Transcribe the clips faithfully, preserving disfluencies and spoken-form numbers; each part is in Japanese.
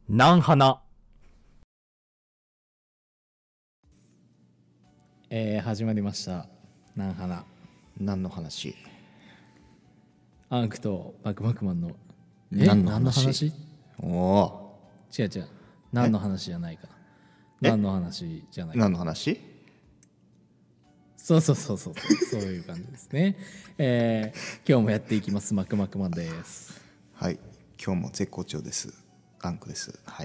南花。 えー、始まりました南花。 何の話？ アンクとバクバクマンのえ何の話？ 何の話おお違う違う何の話じゃないかえ何の話じゃないか何の話？ そうそうそうそうそうそういう感じですね。えー、今日もやっていきますマクマクマンです。 はい、今日も絶好調です。アンクです。はい。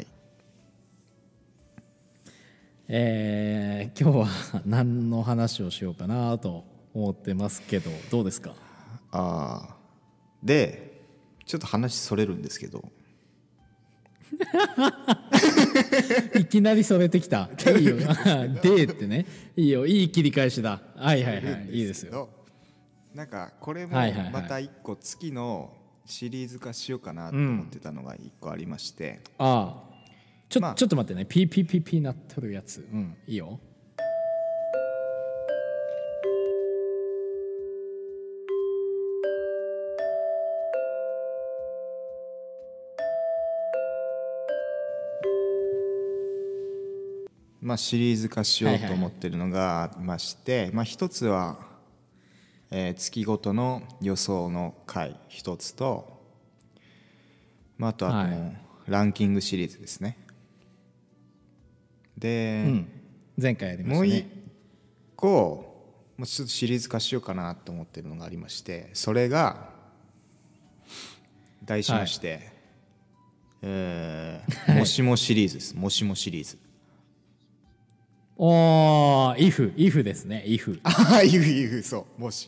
えー、今日は何の話をしようかなと思ってますけどどうですか？ ああ、でちょっと話それるんですけどいきなりそれてきた。いいよ。でってね。いいよ。いい切り返しだ。はいはいはい。いいですよ。 なんかこれもはいはいはいまた一個月のシリーズ化しようかなと思ってたのが一個ありまして、 ああ。ちょ,、 まあちょっと待ってね。ピーピーピーピーなってるやつ。うん。いいよ。 まあシリーズ化しようと思ってるのがありまして、まあ一つは、えー月ごとの予想の回一つと、まあ、あとはこの、 はいランキングシリーズですね。で、 うん。前回やりまもう一したね。 個もうちょっとシリーズ化しようかなと思ってるのがありまして、それが題しまして、えーもしもシリーズです。もしもシリーズ。 おー、イフ、イフですね。イフ。 ああ、いういうそうもし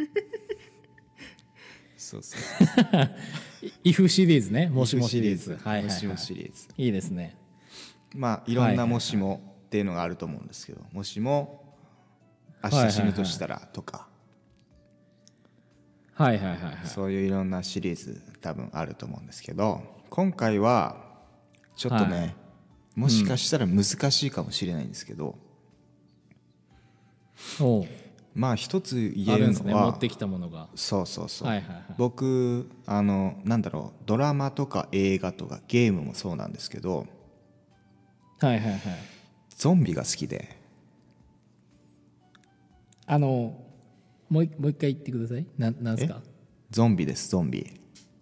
そうそうイフシリーズね。もしもシリーズ。はいはい、はい。 もしもシリーズ。 いいですね。 まあいろんなもしもっていうのがあると思うんですけど、もしも明日死ぬとしたらとか、 はいはいはいはい。 そういういろんなシリーズ多分あると思うんですけど、今回はちょっとね、 はい、 もしかしたら難しいかもしれないんですけど、 おうまあ一つ言あえるのは、 るんですね。持ってきたものが。 そうそうそう、 はいはいはい。 僕あのなんだろう、ドラマとか映画とかゲームもそうなんですけど、 はいはいはい。 ゾンビが好きで。 あのもう一もう一回言ってください。ななんですか？ ゾンビです、ゾンビ。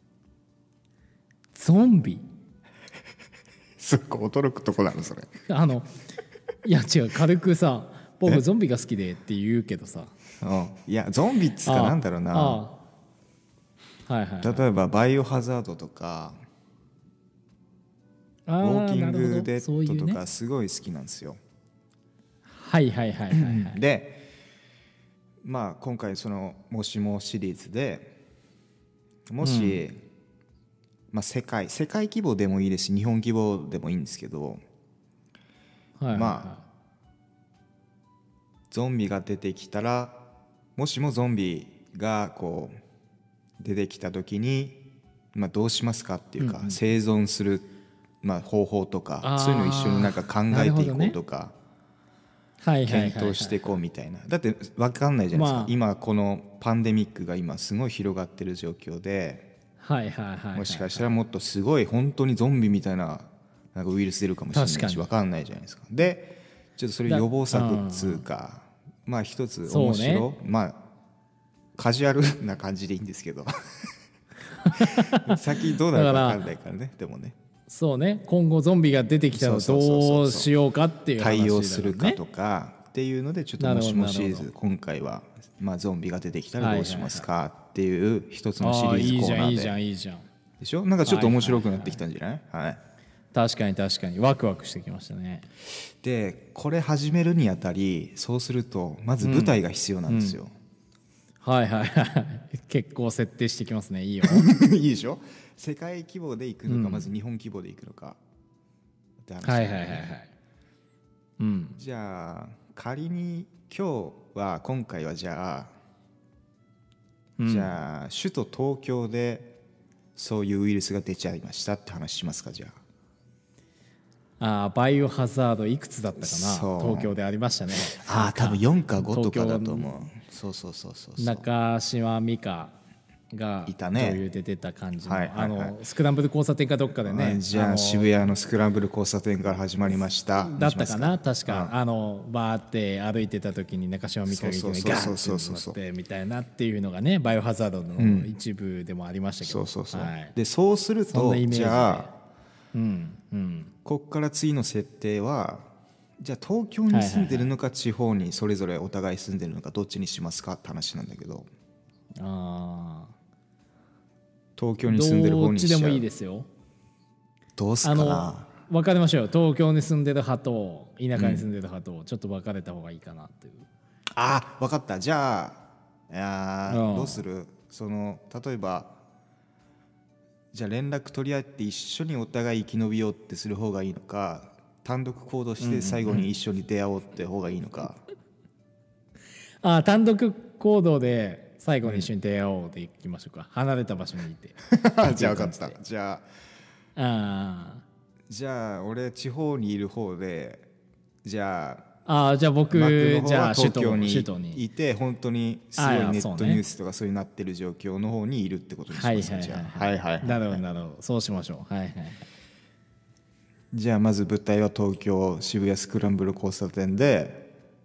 ゾンビ？ すっごい驚くとこなのそれ。 あのいや違う、軽くさ僕ゾンビが好きでって言うけどさ、 うん、いやゾンビっつうかなんだろうな、 ああはいはい、はい、 例えばバイオハザードとかウあーォーキンなるほどグデッドとそういうねかすごい好きなんですよ。 はいはいはいはいはいでまあ今回そのもしもシリーズでもし、まあ、世界世界規模でもいいですし日本規模でもいいんですけど、 はいはいはい、 まあゾンビが出てきたら、もしもゾンビがこう出てきた時に、まあ、どうしますかっていうか、生存する、まあ、方法とかあーそういうのを一緒になんか考えていこうとか、 はいはいはいはい検討していこうみたいな。だって分かんないじゃないですか、 まあ今このパンデミックが今すごい広がってる状況で、 はいはいはいはい、 もしかしたらもっとすごい本当にゾンビみたいななんかウイルス出るかもしれないし確かに分かんないじゃないですか。でちょっとそれ予防策っつうか、まあ一つ面白、ね、まあカジュアルな感じでいいんですけど先どうなるか分かんないからね。でもね、 そうね、今後ゾンビが出てきたらどうしようかっていう話だ、ね、 対応するかとかっていうので、ちょっともしもシリーズ今回は、まあ、ゾンビが出てきたらどうしますかっていう一つのシリーズコーナーで、 いいじゃんいいじゃんいいじゃんでしょ。なんかちょっと面白くなってきたんじゃない？はい、はい、 確かに確かにワクワクしてきましたね。 でこれ始めるにあたり、そうするとまず舞台が必要なんですよ、うんうん、はいはいはい結構設定してきますね。いいよいいでしょ。世界規模で行くのか、うん、まず日本規模で行くのかって話、ね、 はいはいはいはい、うん、 じゃあ仮に今日は今回はじゃあ、うん、じゃあ首都東京でそういうウイルスが出ちゃいましたって話しますか。じゃああバイオハザードいくつだったかな、東京でありましたね。 ああ多分よんかごとかだと思う。そうそうそうそうそう、 中島美嘉がいたね女優で出た感じの、 はいはいはいあのスクランブル交差点かどっかでね、 じゃあの渋谷のスクランブル交差点から始まりましただったかな確か、 うんあのバーって歩いてた時に中島美嘉がいきなりガーそうそうそうそうッてなってみたいなっていうのがねバイオハザードの一部でもありましたけど、 そうそうそう、 はい、 でそうするとそんなイメージでじゃあうんうんこっから次の設定はじゃあ東京に住んでるのか地方にそれぞれお互い住んでるのかどっちにしますかって話なんだけど、 あ東京に住んでる方にしちゃう。 どっちでもいいですよ。 どうすかあのな。 分かりましょう。東京に住んでる派と田舎に住んでる派とちょっと分かれた方がいいかなっていう、 あ、分かった。じゃあいやーうんどうする、その例えばじゃあ連絡取り合って一緒にお互い生き延びようってする方がいいのか、単独行動して最後に一緒に出会おうって方がいいのか、 あ単独行動で最後に一緒に出会おうでいきましょうか。離れた場所にいてじゃあ分かった。じゃああじゃあ俺地方にいる方で、じゃあああじゃあ僕マックの方はじゃあ首都東京に首都にいて本当にすごいあネッいやそうねトニュースとかそういうなってる状況の方にいるってことにしはいますか。 はいはいじゃあはいはいはいなるほどなるほどそうしましょう。はいはいじゃあまず舞台は東京渋谷スクランブル交差点で、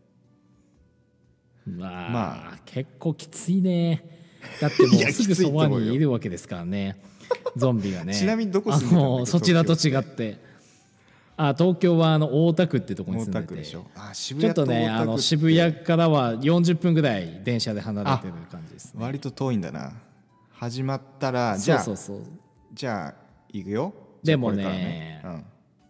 まあ、 まあ結構きついね。だってもいうやすぐそばきついと思うよにいるわけですからねゾンビがね。 ちなみにどこ住んでたんだっけあのそちらと違ってあ東京はあの大田区ってとこに大住んでて田区でしょ。あ渋ちょっと谷と大田区ねあの渋谷からはよんじゅっぷんぐらい電車で離れてる感じですね。 割と遠いんだな。始まったらじゃあそうそうそうじゃあ行くよ。 でもねじゃあこれからね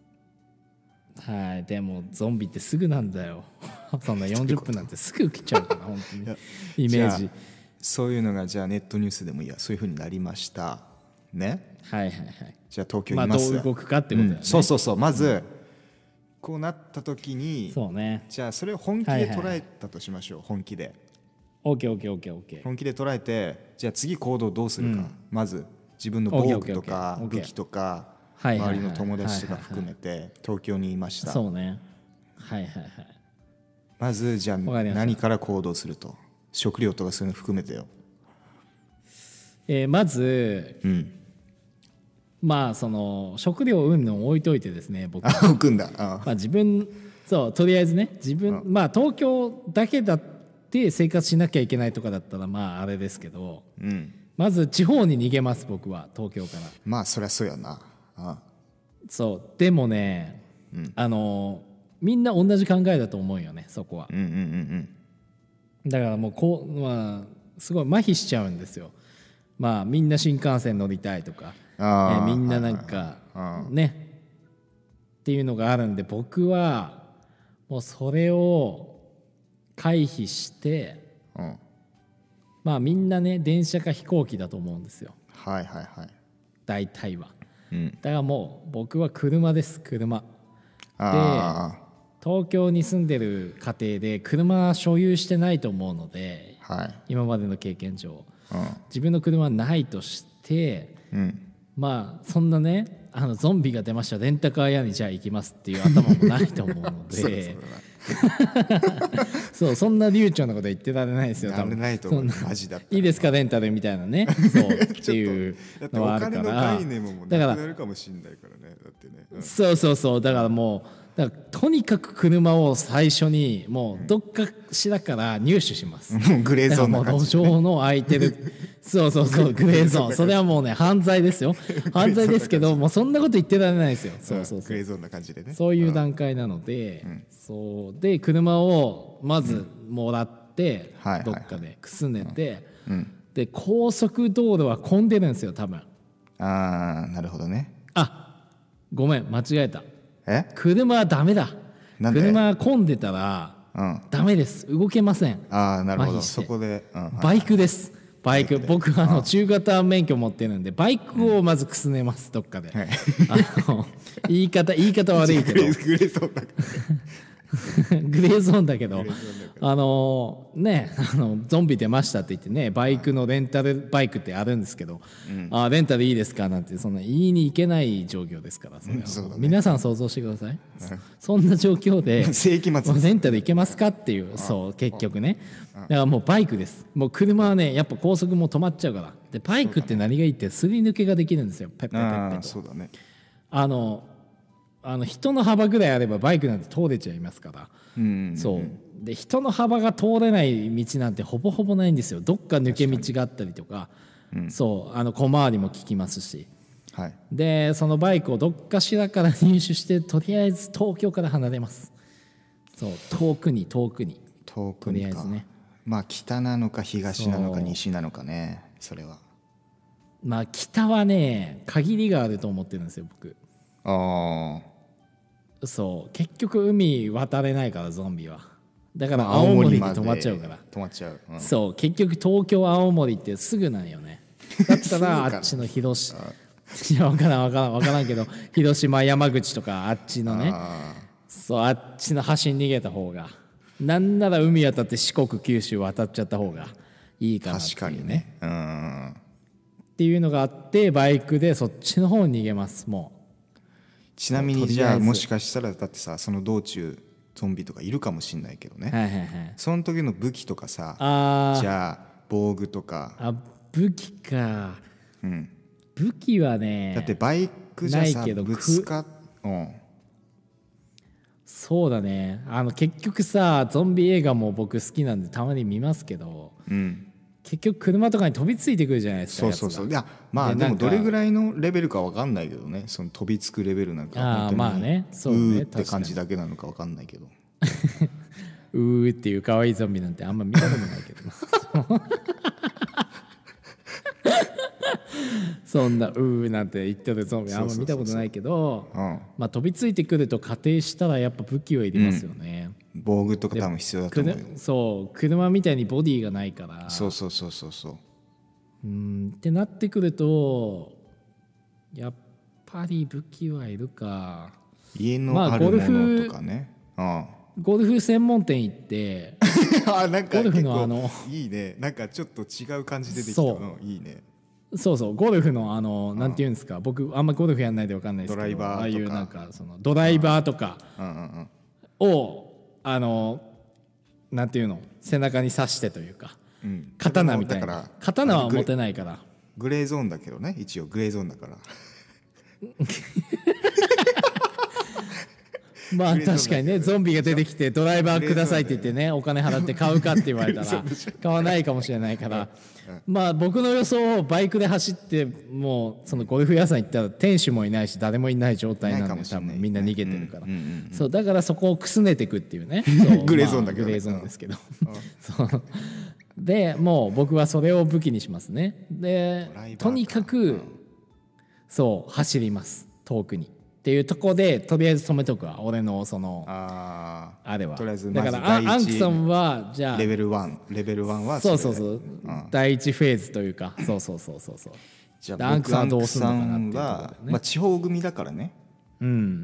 はいでもゾンビってすぐなんだよそんなよんじゅっぷんなんてすぐ来ちゃうから本当にイメじゃあージそういうのがじゃあネットニュースでもいいや、そういう風になりましたね。 はいはいはいじゃあ東京まあいます、 どう動くかってことだよね、 うんそうそうそう。まず、こうなった時にそうねじゃあそれを本気で捉えたとしましょう、本気でオッケーオッケーオッケーオッケー本気で捉えて、じゃあ次行動どうするか、まず自分の防具とかオッケーオッケーオッケー武器とかはいはいはい周りの友達とか含めて東京にいました。 そうねはいはいはいまずじゃあわかりました何から行動すると、食料とかそういうの含めてよ。 えーまずうんまあその食料云々置いといてですね僕あ置くんだ。あまあ自分そうとりあえずね自分まあ東京だけだって生活しなきゃいけないとかだったらまああれですけどうんまず地方に逃げます僕は東京からまあそりゃそうやな。あそうでもね、あのみんな同じ考えだと思うよねそこはうんうんうんだからもうこうまあすごい麻痺しちゃうんですよ。まあみんな新幹線乗りたいとか、えあーーみんななんかねっていうのがあるんで僕はもうそれを回避してうんうん。 まあみんなね電車か飛行機だと思うんですよはいはいはい。 大体は。 うん。 だからもう僕は車です車。 あ東京に住んでる家庭で車所有してないと思うのであはい。 今までの経験上う自分の車はないとしてんうん。 まあそんなねあのゾンビが出ましたレンタカー屋にじゃあ行きますっていう頭もないと思うのそうでそうだな。 そうそんな流暢なこと言ってられないですよ多分なれないと思うそんなマジだったらいいですかレンタルみたいなねそうっていうだってのはあるお金のから概念ももうだからなくなるかもしれないからね。だってね。うんそうそうそうだからもうだからとにかく車を最初にもうどっかしらから入手します。 もうグレーゾーンだからもうな感じでね。 路上の空いてるそうそうそうグレーゾーンそれはもうね犯罪ですよ犯罪ですけどもうそんなこと言ってられないですよそうそうそうグレーゾーンな感じでね。 そういう段階なのでそうで車をまずもらってはいはいはいどっかでくすねてうん。 で高速道路は混んでるんですよ多分ああなるほどね。 あごめん間違えたえ？ 車はダメだなんで車混んでたらうん。 ダメです動けませんああなるほど。 麻痺してそこで。うんはいバイクですバイク僕あの中型免許持ってるんでバイクをまずくすねますどっかで、 はいあの言い方言い方悪いけどグレーグレーゾーンな感じ。 グレーゾーンだけどグレーゾーンだけどあのねあのゾンビ出ましたって言ってねバイクのレンタルバイクってあるんですけど、うん、あレンタルいいですかなんてそんな言いに行けない状況ですからそれは、そうだね、皆さん想像してください、うん、そんな状況で世紀末レンタル行けますかっていうそう結局ねだからもうバイクですもう車はねやっぱ高速も止まっちゃうからでバイクって何がいいってすり抜けができるんですよペッペッペッペッとそうだねあのあの人の幅ぐらいあればバイクなんて通れちゃいますから、うんうんうん、そうで人の幅が通れない道なんてほぼほぼないんですよどっか抜け道があったりとか、うん、そうあの小回りも利きますし、はい、でそのバイクをどっかしらから入手してとりあえず東京から離れますそう遠くに遠くに遠くにかとりあえずねまあ北なのか東なのか西なのかねそれはまあ北はね限りがあると思ってるんですよ僕ああそう結局海渡れないからゾンビはだから青森で止まっちゃうから止まっちゃう、 うん、そう結局東京青森ってすぐなんよねだったらあっちの広島いや分からん分からん分からんけど広島山口とかあっちのねそうあっちの端に逃げた方がなんなら海渡って四国九州渡っちゃった方がいいかなっていうね確かにねうんっていうのがあってバイクでそっちの方に逃げますもうちなみにじゃあもしかしたらだってさその道中ゾンビとかいるかもしれないけどね、はいはいはい、その時の武器とかさあじゃあ防具とかあ武器か、うん、武器はねだってバイクじゃさぶつかっ、うん、 そうだねあの結局さゾンビ映画も僕好きなんでたまに見ますけど、うん、結局車とかに飛びついてくるじゃないですかそうそうそういやまあでもどれぐらいのレベルか分かんないけどねその飛びつくレベルなんかああまあねそうねうーって感じだけなのか分かんないけどうーっていう可愛いゾンビなんてあんま見たことないけどそんなうーなんて言ってるゾンビあんま見たことないけどまあ飛びついてくると仮定したらやっぱ武器はいりますよね、 うん、防具とか多分必要だと思うよそう車みたいにボディがないからそうそうそうそうそううんってなってくるとやっぱり武器はいるか家のあるものとかね、まあ、 ああゴルフ専門店行ってあなんかゴルフのあのいいねなんかちょっと違う感じ出てきたのいいねそうそうゴルフのあのなんていうんですか僕あんまゴルフやんないで分かんないですけどドライバーとかああいうなんかそのドライバーとかをあのなんていうの背中に刺してというか、うん、刀みたいな刀は持てないからグレーゾーンだけどね一応グレーゾーンだからまあ確かにねゾンビが出てきてドライバーくださいって言ってねお金払って買うかって言われたら買わないかもしれないからまあ僕の予想をバイクで走ってもうそのゴルフ屋さん行ったら店主もいないし誰もいない状態なんで多分みんな逃げてるからそうだからそこをくすねていくっていうねグレーゾーンだけどグレーゾーンですけどそうでもう僕はそれを武器にしますねでとにかくそう走ります遠くにっていうところでとりあえず止めとくわ俺のその あ, あれはとりあえずだからアンクさんはじゃあレベルいちレベルいちはそうそうそう、うん、第一フェーズというかそうそうそうそうそうじゃあ僕アンクさんは、ねまあ、地方組だからね、うん、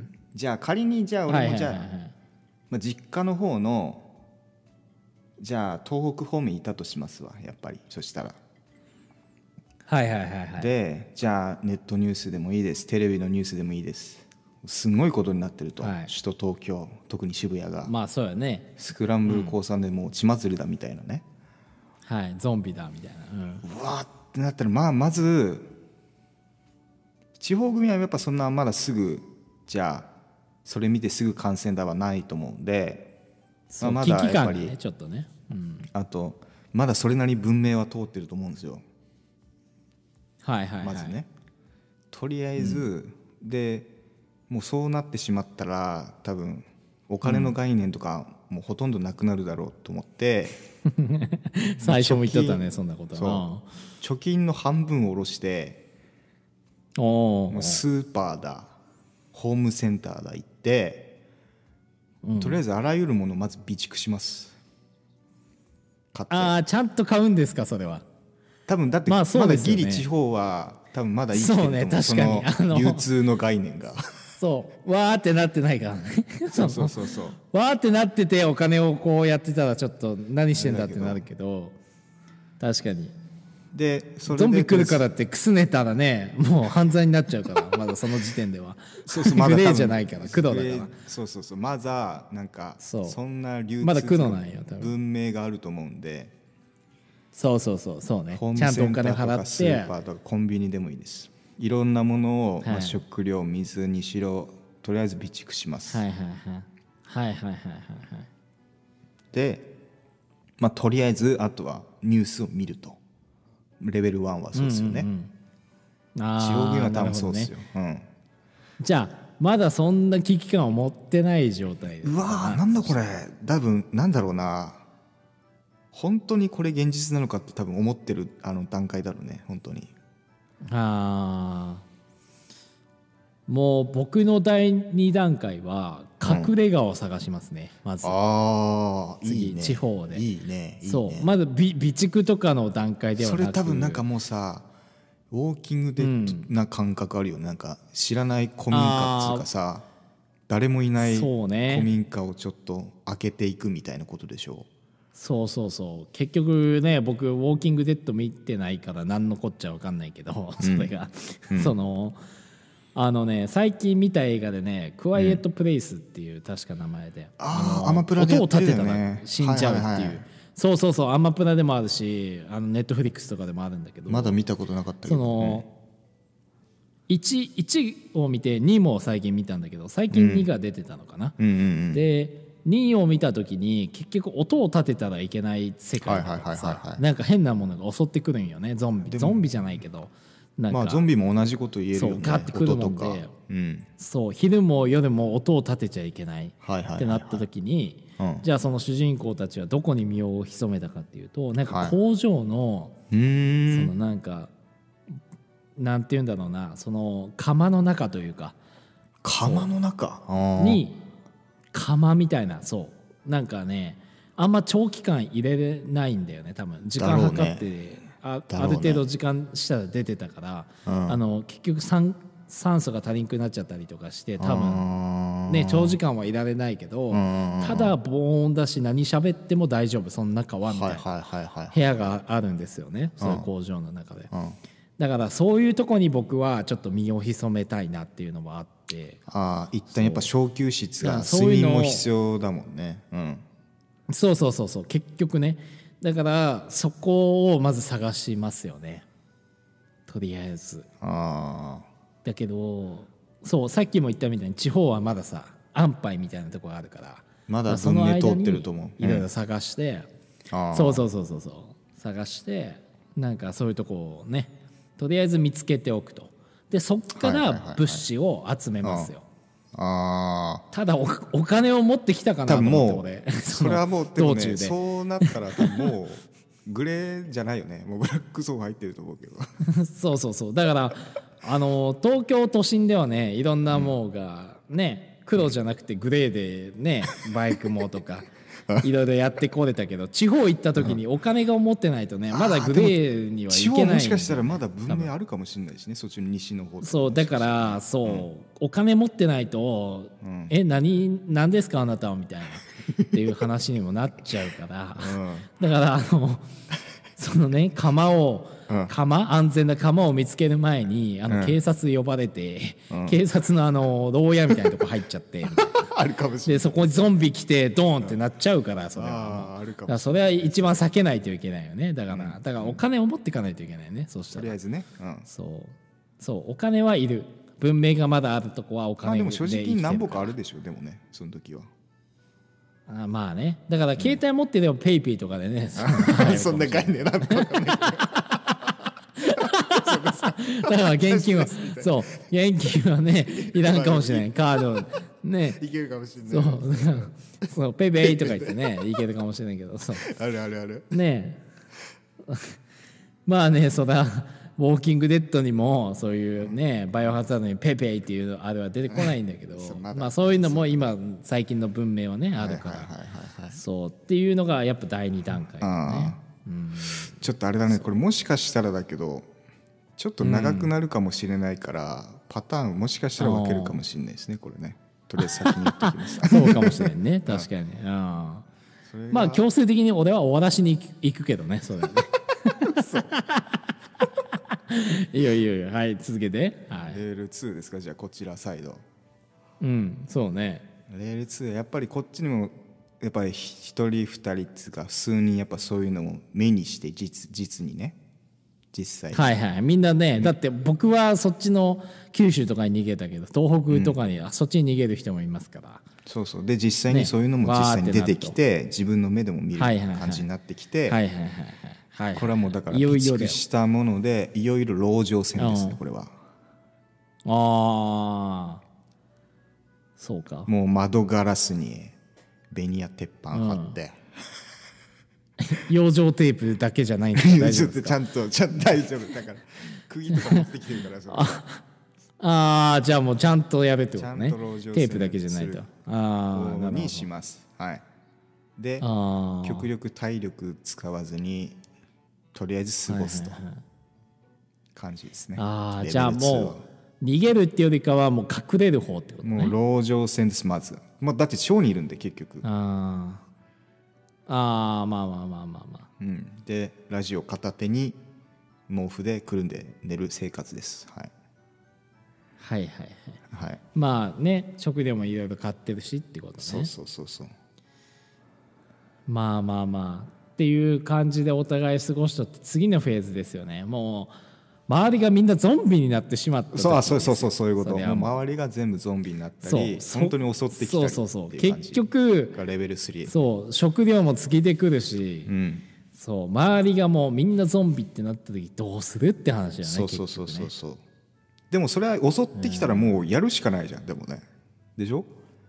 じゃあ仮にじゃあ俺もじゃあ、はいはいはいはいまあ、実家の方のじゃあ東北方面いたとしますわやっぱりそしたらはいはいはいはいでじゃあネットニュースでもいいですテレビのニュースでもいいですすごいことになってると、はい、首都東京特に渋谷がまあそうやねスクランブル交差でもう血祭りだみたいなね、 うん、はいゾンビだみたいな、うん、 うわーってなったらまあまず地方組はやっぱそんなまだすぐじゃあそれ見てすぐ感染だはないと思うんで、 まあ、まだやっぱり、ね、ちょっとね、うん、 あとまだそれなりに文明は通ってると思うんですよはいはいはい、 まずねとりあえず、うん、でもうそうなってしまったら多分お金の概念とかもうほとんどなくなるだろうと思って、 うん、最初も言ってたねそんなことは貯金の半分を下ろしてもうスーパーだホームセンターだ行って、うん、とりあえずあらゆるものをまず備蓄します買ってああちゃんと買うんですかそれは多分だってまだギリ地方は多分まだ生きてると思う、 そうね確かにその流通の概念がそうわーってなってないからねそうそうそうそうわーってなっててお金をこうやってたらちょっと何してんだってなるけど、確かにでそれでゾンビ来るからってくすねたらねもう犯罪になっちゃうからまだその時点ではそうそうまだグレーじゃないから黒だからそうそうそうまだなんかそうそんな流まだ通黒なんよ多分文明があると思うんで、 そうそうそうそうねホームちゃんとおセンター金払とかスーってパーとかコンビニでもいいです。いろんなものを、 はいまあ、食料水にしろとりあえず備蓄します、 はいはいはいはいはいはいはいはいで、まあ、とりあえずあとはニュースを見るとレベルワンはそうですよね、 うんうんうん、あ地方軍は多なるほどね分そうですよ、うんじゃあまだそんな危機感を持ってない状態ですうわーなんだこれ多分なんだろうな本当にこれ現実なのかって多分思ってるあの段階だろうね本当に。 あーもう僕の第二段階は隠れ家を探しますね、まずああい次いね地方でいいねいいねそうまず備備蓄とかの段階ではなくそれ多分なんかもうさウォーキングデッドな感覚あるよね、なんか知らない古民家っていうかさ誰もいないそうね古民家をちょっと開けていくみたいなことでしょそうそうそう結局ね僕ウォーキングデッド見てないから何のこっちゃ分かんないけど、それが、そのあのね最近見た映画でね「クワイエット・プレイス」っていう確か名前で、 あーのアマプラでやってるよね音を立てたら死んじゃうっていう、 はいはいはいそうそうそうアマプラでもあるしあのネットフリックスとかでもあるんだけどまだ見たことなかったけそど、 の、いち, いちを見てにも最近見たんだけど最近にが出てたのかな、 うんうんうんでにを見た時に結局音を立てたらいけない世界だからはいはいはいはいさはいなんか変なものが襲ってくるんよねゾンビゾンビじゃないけどなんか、 まあゾンビも同じこと言えるよねそうガッてくるもんで音とか、うん、 そう昼も夜も音を立てちゃいけないはいはいはいはいってなった時に、 うんじゃあその主人公たちはどこに身を潜めたかっていうとなんはいか工場の、 うーんそのなんかなんて言うんだろうなその窯の中というか窯の中あーに窯みたいなそうなんかねあんま長期間入れれないんだよね多分時間計って、あ, だろうねある程度時間したら出てたから、 うんあの結局酸酸素が足りんくなっちゃったりとかして多分分ね長時間はいられないけどんただ防音だし何喋っても大丈夫その中はみたいなはいはいはいはい部屋があるんですよねそういう工場の中でうんだからそういうとこに僕はちょっと身を潜めたいなっていうのもあってああ一旦やっぱ小休室がそう睡眠そういうのをも必要だもんねうんそうそうそうそう結局ねだからそこをまず探しますよねとりあえずあだけどそうさっきも言ったみたいに地方はまださ安牌みたいなところがあるからまだその間に文明通ってると思ういろいろ探して、 ああそうそうそうそうそう探してなんかそういうとこをねとりあえず見つけておくとでそっかはいはいはいはいら物資を集めますよ、 ああただ お, お金を持ってきたかなと多分も思って俺うそれはもうでもね道中でそうなったら多分もうグレーじゃないよねもうブラック層入ってると思うけどそうそうそうだからあの東京都心ではねいろんなものがね黒じゃなくてグレーでねバイクもとかいろいろやってこれたけど地方行った時にお金が持ってないとねまだグレーには地いけない方もしかしたらまだ文明あるかもしれないしねそっちの西の方とかそうだからそう、お金持ってないと、 んえ何何ですかあなたはみたいなっていう話にもなっちゃうから、だからあのそのね窯をうん窯安全な窯を見つける前にあの、 うん警察呼ばれて、 うん警察のあの牢屋みたいなとこ入っちゃってあるかもしれないでそこにゾンビ来てドーンってなっちゃうからそれはあああるかもだからそれは一番避けないといけないよねだから、だからお金を持っていかないといけないねそうしたらとりあえずねうんそうそうお金はいる文明がまだあるとこはおまあ金ででも正直生きてる何本かあるでしょでもねその時はあまあねだから携帯持ってればペイペイとかでね、 そんな概念なんかわかんないだから現金はそう現金はねいらんかもしれないカードねいけるかもしれないそうだからそうペイペイとか言ってねいけるかもしれないけどそうあるあるあるねえまあねそらウォーキングデッドにもそういうねバイオハザードにペイペイっていうあれは出てこないんだけどそうまだまあそういうのも今最近の文明はねあるからはいはいはいはいはいそうっていうのがやっぱ第二段階だねあちょっとあれだねこれもしかしたらだけどちょっと長くなるかもしれないから、 パターンもしかしたら分けるかもしれないですねこれね。とりあえず先に言っておきますそうかもしれんね確かに、うん、まあ強制的に俺は終わらしに行くけどねそれねいいよいいよいいよ、はい続けて、はい、 レールツーですか。じゃあこちらサイド。 うんそうね。 レールツーやっぱりこっちにもやっぱり一人二人っていうか数人やっぱそういうのも目にして実実にね実際はいはいみんなね、うん、だって僕はそっちの九州とかに逃げたけど東北とかに、うん、そっちに逃げる人もいますから。 そうそうで実際にそういうのも実際に出てきて、ね、自分の目でも見る感じになってきてこれはもうだから備蓄したものでいよいよ籠城戦ですね、うん、これは。 ああそうか。 もう窓ガラスにベニヤ鉄板貼って、 うん、養生テープだけじゃないんですか大丈夫ですか。 ちゃんとちゃんと大丈夫だから釘とか持ってきてるからそれああじゃあもうちゃんとやるってことね。テープだけじゃないと。ああにします。はいで極力体力使わずにとりあえず過ごすと感じですね。 ああじゃあもう逃げるっていうよりかはもう隠れる方ってことね。 もう籠城戦ですまず。まあ、だって小にいるんで結局。 ああまあまあまあまあまあ、 うん、でラジオ片手に毛布でくるんで寝る生活です、はい、 はいはいはい、 はい、 まあね食料もいろいろ買ってるしってことね。 そうそうそうそうまあまあまあっていう感じでお互い過ごしとって次のフェーズですよね。もう周りがみんなゾンビになってしまった。 そうそうそうそうそういうこと。もう周りが全部ゾンビになったり本当に襲ってきたりっていう感じ。そうそうそう結局がレベルスリー。 そう食料も尽きてくるし、うん、そう周りがもうみんなゾンビってなった時どうするって話だよね。 そうそうそうそうそう、ね、でもそれは襲ってきたらもうやるしかないじゃん、うん、でもねでしょ。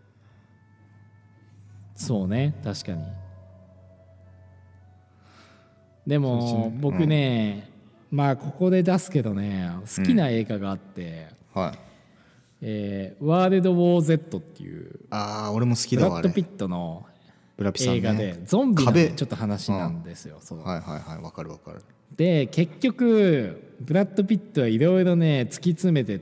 そうね確かに。でも僕ね、うん、まあここで出すけどね好きな映画があって、うんはいえー、ワールド・ウォー・ゼットっていうあ俺も好きだわブラッド・ピットの映画で、ね、ゾンビのちょっと話なんですよ、うん、そうはいはいはいわかるわかる。 で結局ブラッド・ピットはいろいろね突き詰めてって、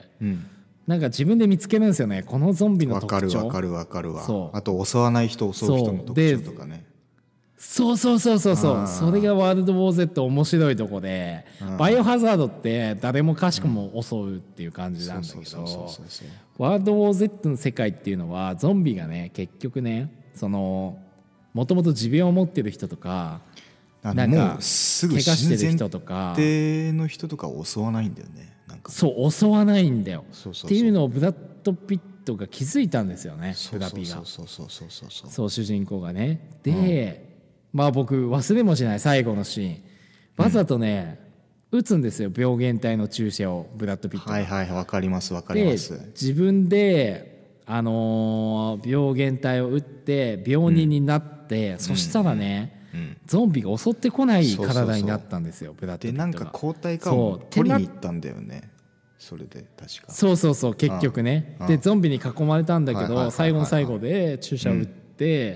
うん、なんか自分で見つけるんですよねこのゾンビの特徴。 わかるわかるわかるわ。あと襲わない人襲う人の特徴とかね。 そうそうそうそうそうそれがワールド・ウォー・ゼット面白いとこでバイオハザードって誰もかしこも襲うっていう感じなんだけどワールド・ウォー・ゼットの世界っていうのはゾンビがね結局ねそのもともと持病を持ってる人とかなんかすぐ怪我してる人とかの人とかを襲わないんだよね。なんかそう襲わないんだよっていうのをブラッド・ピットが気づいたんですよね。ブラピがそう主人公がねで、うんまあ僕忘れもしない最後のシーンわざとね、うん、打つんですよ病原体の注射をブラッド・ピットが。 はいはいわかりますわかります。 で自分で、あのー、病原体を打って病人になって、うん、そしたらね、うん、ゾンビが襲ってこない体になったんですよブラッド・ピットが。 でなんか抗体化を取りに行ったんだよねそれで確か。 そうそうそう結局ねでゾンビに囲まれたんだけど最後の最後で注射を打って、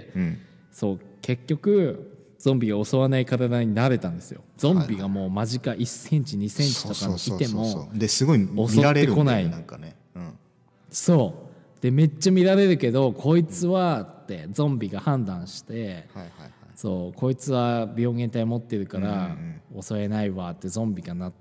うんうん、そう結局ゾンビが襲わない体になれたんですよ。ゾンビがもう間近いっセンチにセンチとかいてもですごい見られるんだよなんかね、うん、 そうでめっちゃ見られるけどこいつはってゾンビが判断して、はいはいはい、そうこいつは病原体持ってるから襲えないわってゾンビがなって、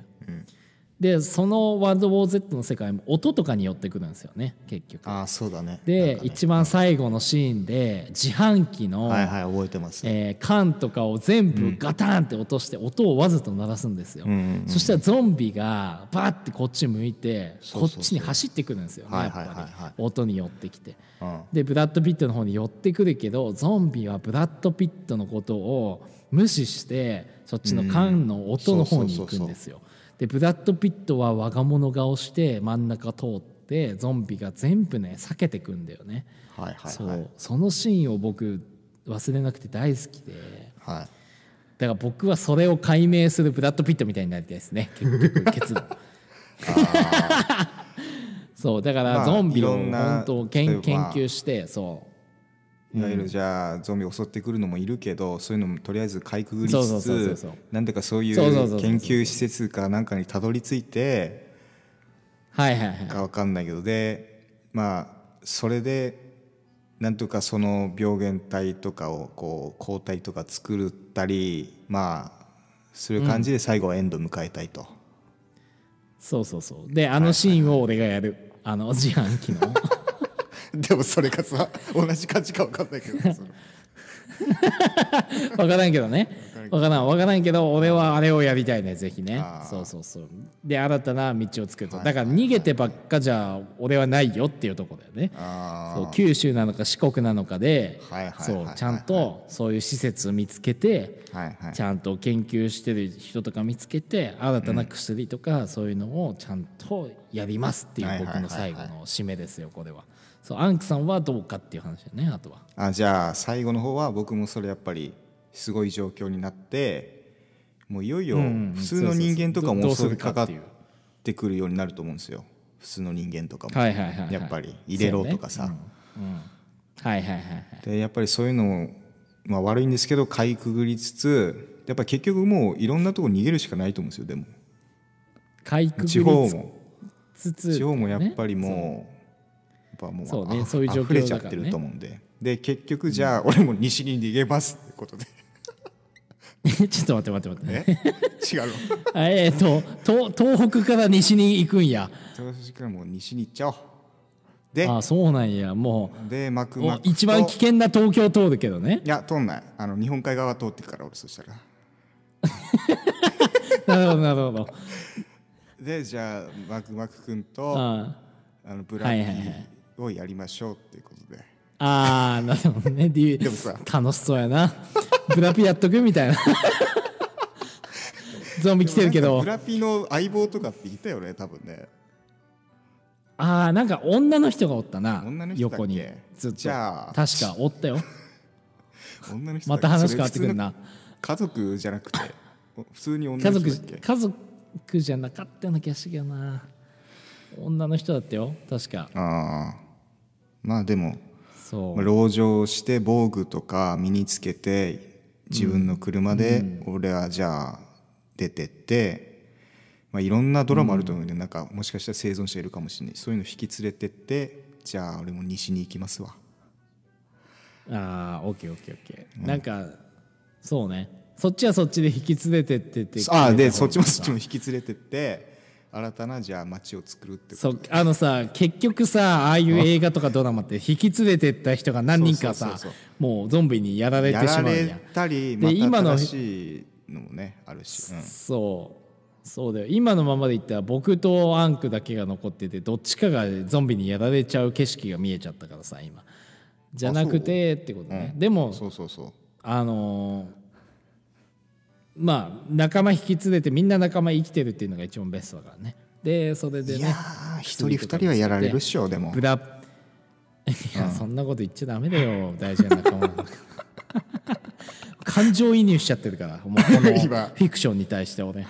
うんでそのワールド・ウォー・ゼットの世界も音とかに寄ってくるんですよね結局。 あそうだね。 で、 ね、 一番最後のシーンで自販機の、 はいはい覚えてます、 えー、缶とかを全部ガタンって落として音をわざと鳴らすんですよ、うんうんうん、そしたらゾンビがバーってこっち向いてこっちに走ってくるんですよねやっぱり音に寄ってきて、うん、でブラッド・ピットの方に寄ってくるけどゾンビはブラッド・ピットのことを無視してそっちの缶の音の方に行くんですよ。でブラッド・ピットは我が物顔して真ん中通ってゾンビが全部ね避けてくんだよね、はいはいはい、そうそのシーンを僕忘れなくて大好きで、はい、だから僕はそれを解明するブラッド・ピットみたいになりたいですね結局結論そうだからゾンビを本当研究してそういわゆるじゃあゾンビ襲ってくるのもいるけどそういうのもとりあえずかいくぐりつつなんだかそういう研究施設かなんかにたどり着いてはいはいはい。 か分かんないけど、でまあそれでなんとかその病原体とかをこう抗体とか作ったりまあする感じで最後はエンド迎えたいと、 そうそうそう。であのシーンを俺がやる、あの自販機のでもそれがさ同じ感じか分かんないけどそれ分からんけどね、分からん分からんけど俺はあれをやりたいね、ぜひね。そうそうそう。で新たな道を作ると、だから逃げてばっかじゃ俺はないよっていうところだよね。そう九州なのか四国なのかで、そうちゃんとそういう施設を見つけて、ちゃんと研究してる人とか見つけて新たな薬とかそういうのをちゃんとやりますっていう僕の最後の締めですよ、これは。そうアンクさんはどうかっていう話だね。あとはあじゃあ最後の方は僕もそれやっぱりすごい状況になってもういよいよ普通の人間とかも襲いかかってくるようになると思うんですよ。普通の人間とかもやっぱり入れろとかさ、 はいはいはいはい。 でやっぱりそういうのを、まあ、悪いんですけどかいくぐりつつやっぱ結局もういろんなとこ逃げるしかないと思うんですよ。でもかいくぐり地方もつつ、 地方もやっぱりもうやっぱもうそうね、そういう状況溢れちゃってると思うんで、で結局じゃあ俺も西に逃げますってことでちょっと待って待って待って、 違うのえっと東東北から西に行くんや。 東北からもう西に行っちゃおう。であそうなんや。もうでマクマク一番危険な東京通るけどね。 いや通んない、あの日本海側通ってくから俺そしたらなるほどなるほど。 でじゃあマクマク君とああのブラッキーをやりましょうっていうことで、 ああなるほどね。でもさ楽しそうやな。ブラピやっとくみたいなゾンビ来てるけど、 ブラピの相棒とかっていたよね多分ね。 ああなんか女の人がおったな、 女の人だっけ横にずっと。 じゃあ確かおったよ女の人また話変わってくるな。 家族じゃなくて普通に女家族の人だっけ。 家族じゃなかったような気がしたけどな。女の人だったよ確か。 ああまあでもそう、 まあ籠城して防具とか身につけて自分の車で俺はじゃあ出てって、まあ、いろんなドラマあると思うんで、なんかもしかしたら生存者いるかもしれない、そういうの引き連れてってじゃあ俺も西に行きますわ。 ああオッケーオッケーオッケー、なんかそうね、そっちはそっちで引き連れてってってああでそっちもそっちも引き連れてって新たなじゃあ街を作るってことで。 そうあのさ結局さああいう映画とかドラマって引き連れてった人が何人かさそうそうそうそうもうゾンビにやられてやらしまうんや。 れたりで今のまた新しいのもねあるし、うん、 そうそうだよ。今のままでいったら僕とアンクだけが残っててどっちかがゾンビにやられちゃう景色が見えちゃったからさ今じゃなくてってことね、 うん、 でもそうそうそうあのー、まあ仲間引き連れてみんな仲間生きてるっていうのが一番ベストだからね。でそれでねいやー一人二人はやられるっしょ。でもブラいや、うん、そんなこと言っちゃダメだよ大事な仲間感情移入しちゃってるからもうこのフィクションに対して俺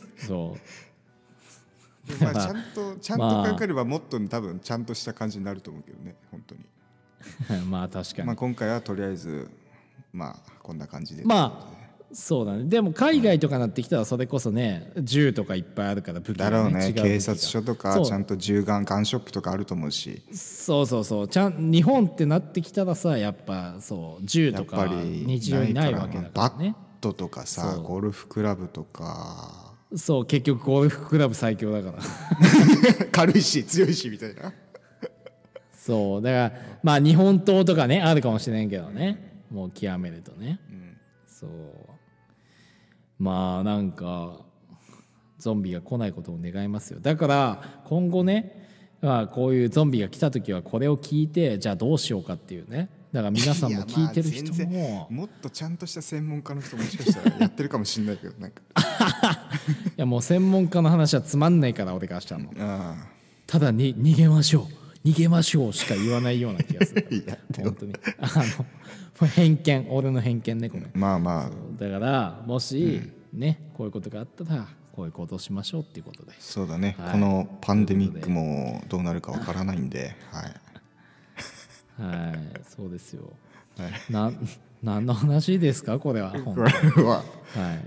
そうまあちゃんとちゃんとかかればもっと多分ちゃんとした感じになると思うけどね本当にまあ確かに、 まあ今回はとりあえずまあこんな感じでまあそうだね。でも海外とかなってきたらそれこそね銃とかいっぱいあるから武器が、ね、 だろうね。 違う武器が警察署とかちゃんと銃ガンガンショップとかあると思うし、 そうそうそうちゃん日本ってなってきたらさやっぱそう銃とか日常にないわけだからね。 バットとかさゴルフクラブとかそう結局ゴルフクラブ最強だから軽いし強いしみたいなそうだからまあ日本刀とかねあるかもしれんけどねもう極めるとね、うん、そうまあなんかゾンビが来ないことを願いますよ。だから今後ね、まあ、こういうゾンビが来た時はこれを聞いてじゃあどうしようかっていうね。だから皆さんも聞いてる人ももっとちゃんとした専門家の人もしかしたらやってるかもしれないけどなんかいやもう専門家の話はつまんないから俺がしたの。ただに逃げましょう逃げましょうしか言わないような気がするいや本当にあの偏見俺の偏見ねこれ。 まあまあだからもし、うん、ねこういうことがあったらこういうことをしましょうっていうことで。 そうだね、はい、このパンデミックもどうなるかわからないんではいはいそうですよ、はい、な何の話ですかこれは。 これは、はい、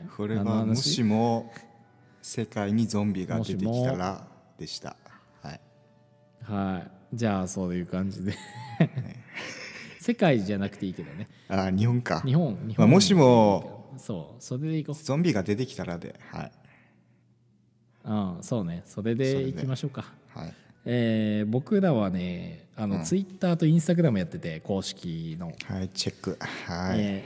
これはもしも世界にゾンビが出てきたらでした。はいじゃあそういう感じで世界じゃなくていいけどね。 あ日本か。 日本日本、 まあ、もしもそうそれでいこう。 ゾンビが出てきたらで、はい、 ああそうね、それでいきましょうか。 はい、 えー、僕らはねあの、うん、ツイッターとインスタグラムやってて公式の、 はいチェック、はい、 えー、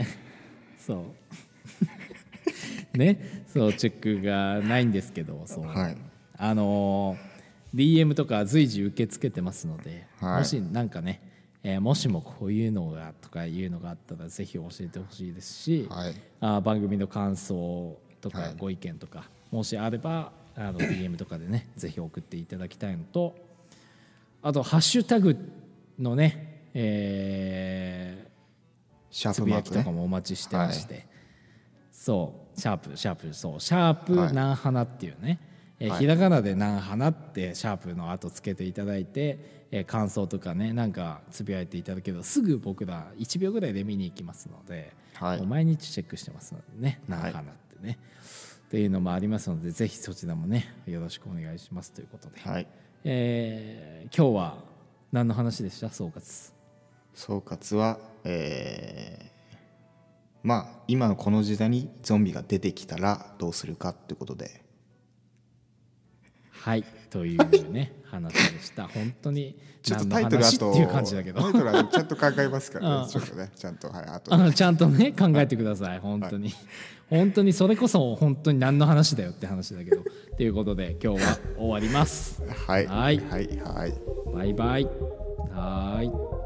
そうね、そうチェックがないんですけど、そう、はい、あのー、ディーエム とか随時受け付けてますので、はい、もしなんかね、えー、もしもこういうのがとかいうのがあったらぜひ教えてほしいですし、はい、あ番組の感想とかご意見とか、はい、もしあればあの ディーエム とかでねぜひ送っていただきたいのと、あとハッシュタグのね、えー、つぶやきとかもお待ちしてまして、はい、そうシャープシャープそうシャープなんはなっていうね、はいえー、ひらがなでなんはなってシャープの後つけていただいて、えー、感想とかねなんかつぶやいていただけるとすぐ僕らいちびょうぐらいで見に行きますので、はい、もう毎日チェックしてますのでね、なんはなってね、はい、っていうのもありますのでぜひそちらもねよろしくお願いしますということで、はいえー、今日は何の話でした？総括総括は、えー、まあ今のこの時代にゾンビが出てきたらどうするかってことで、 はいというね話でした。本当にちょっとタイトルあとっていう感じだけどタイトルはちゃんと考えますからねちょっとねちゃんと、はい、あとあちゃんとね考えてください本当に、はい、本当にそれこそ本当に何の話だよって話だけどということで今日は終わります。 はいはいはいバイバイ。はい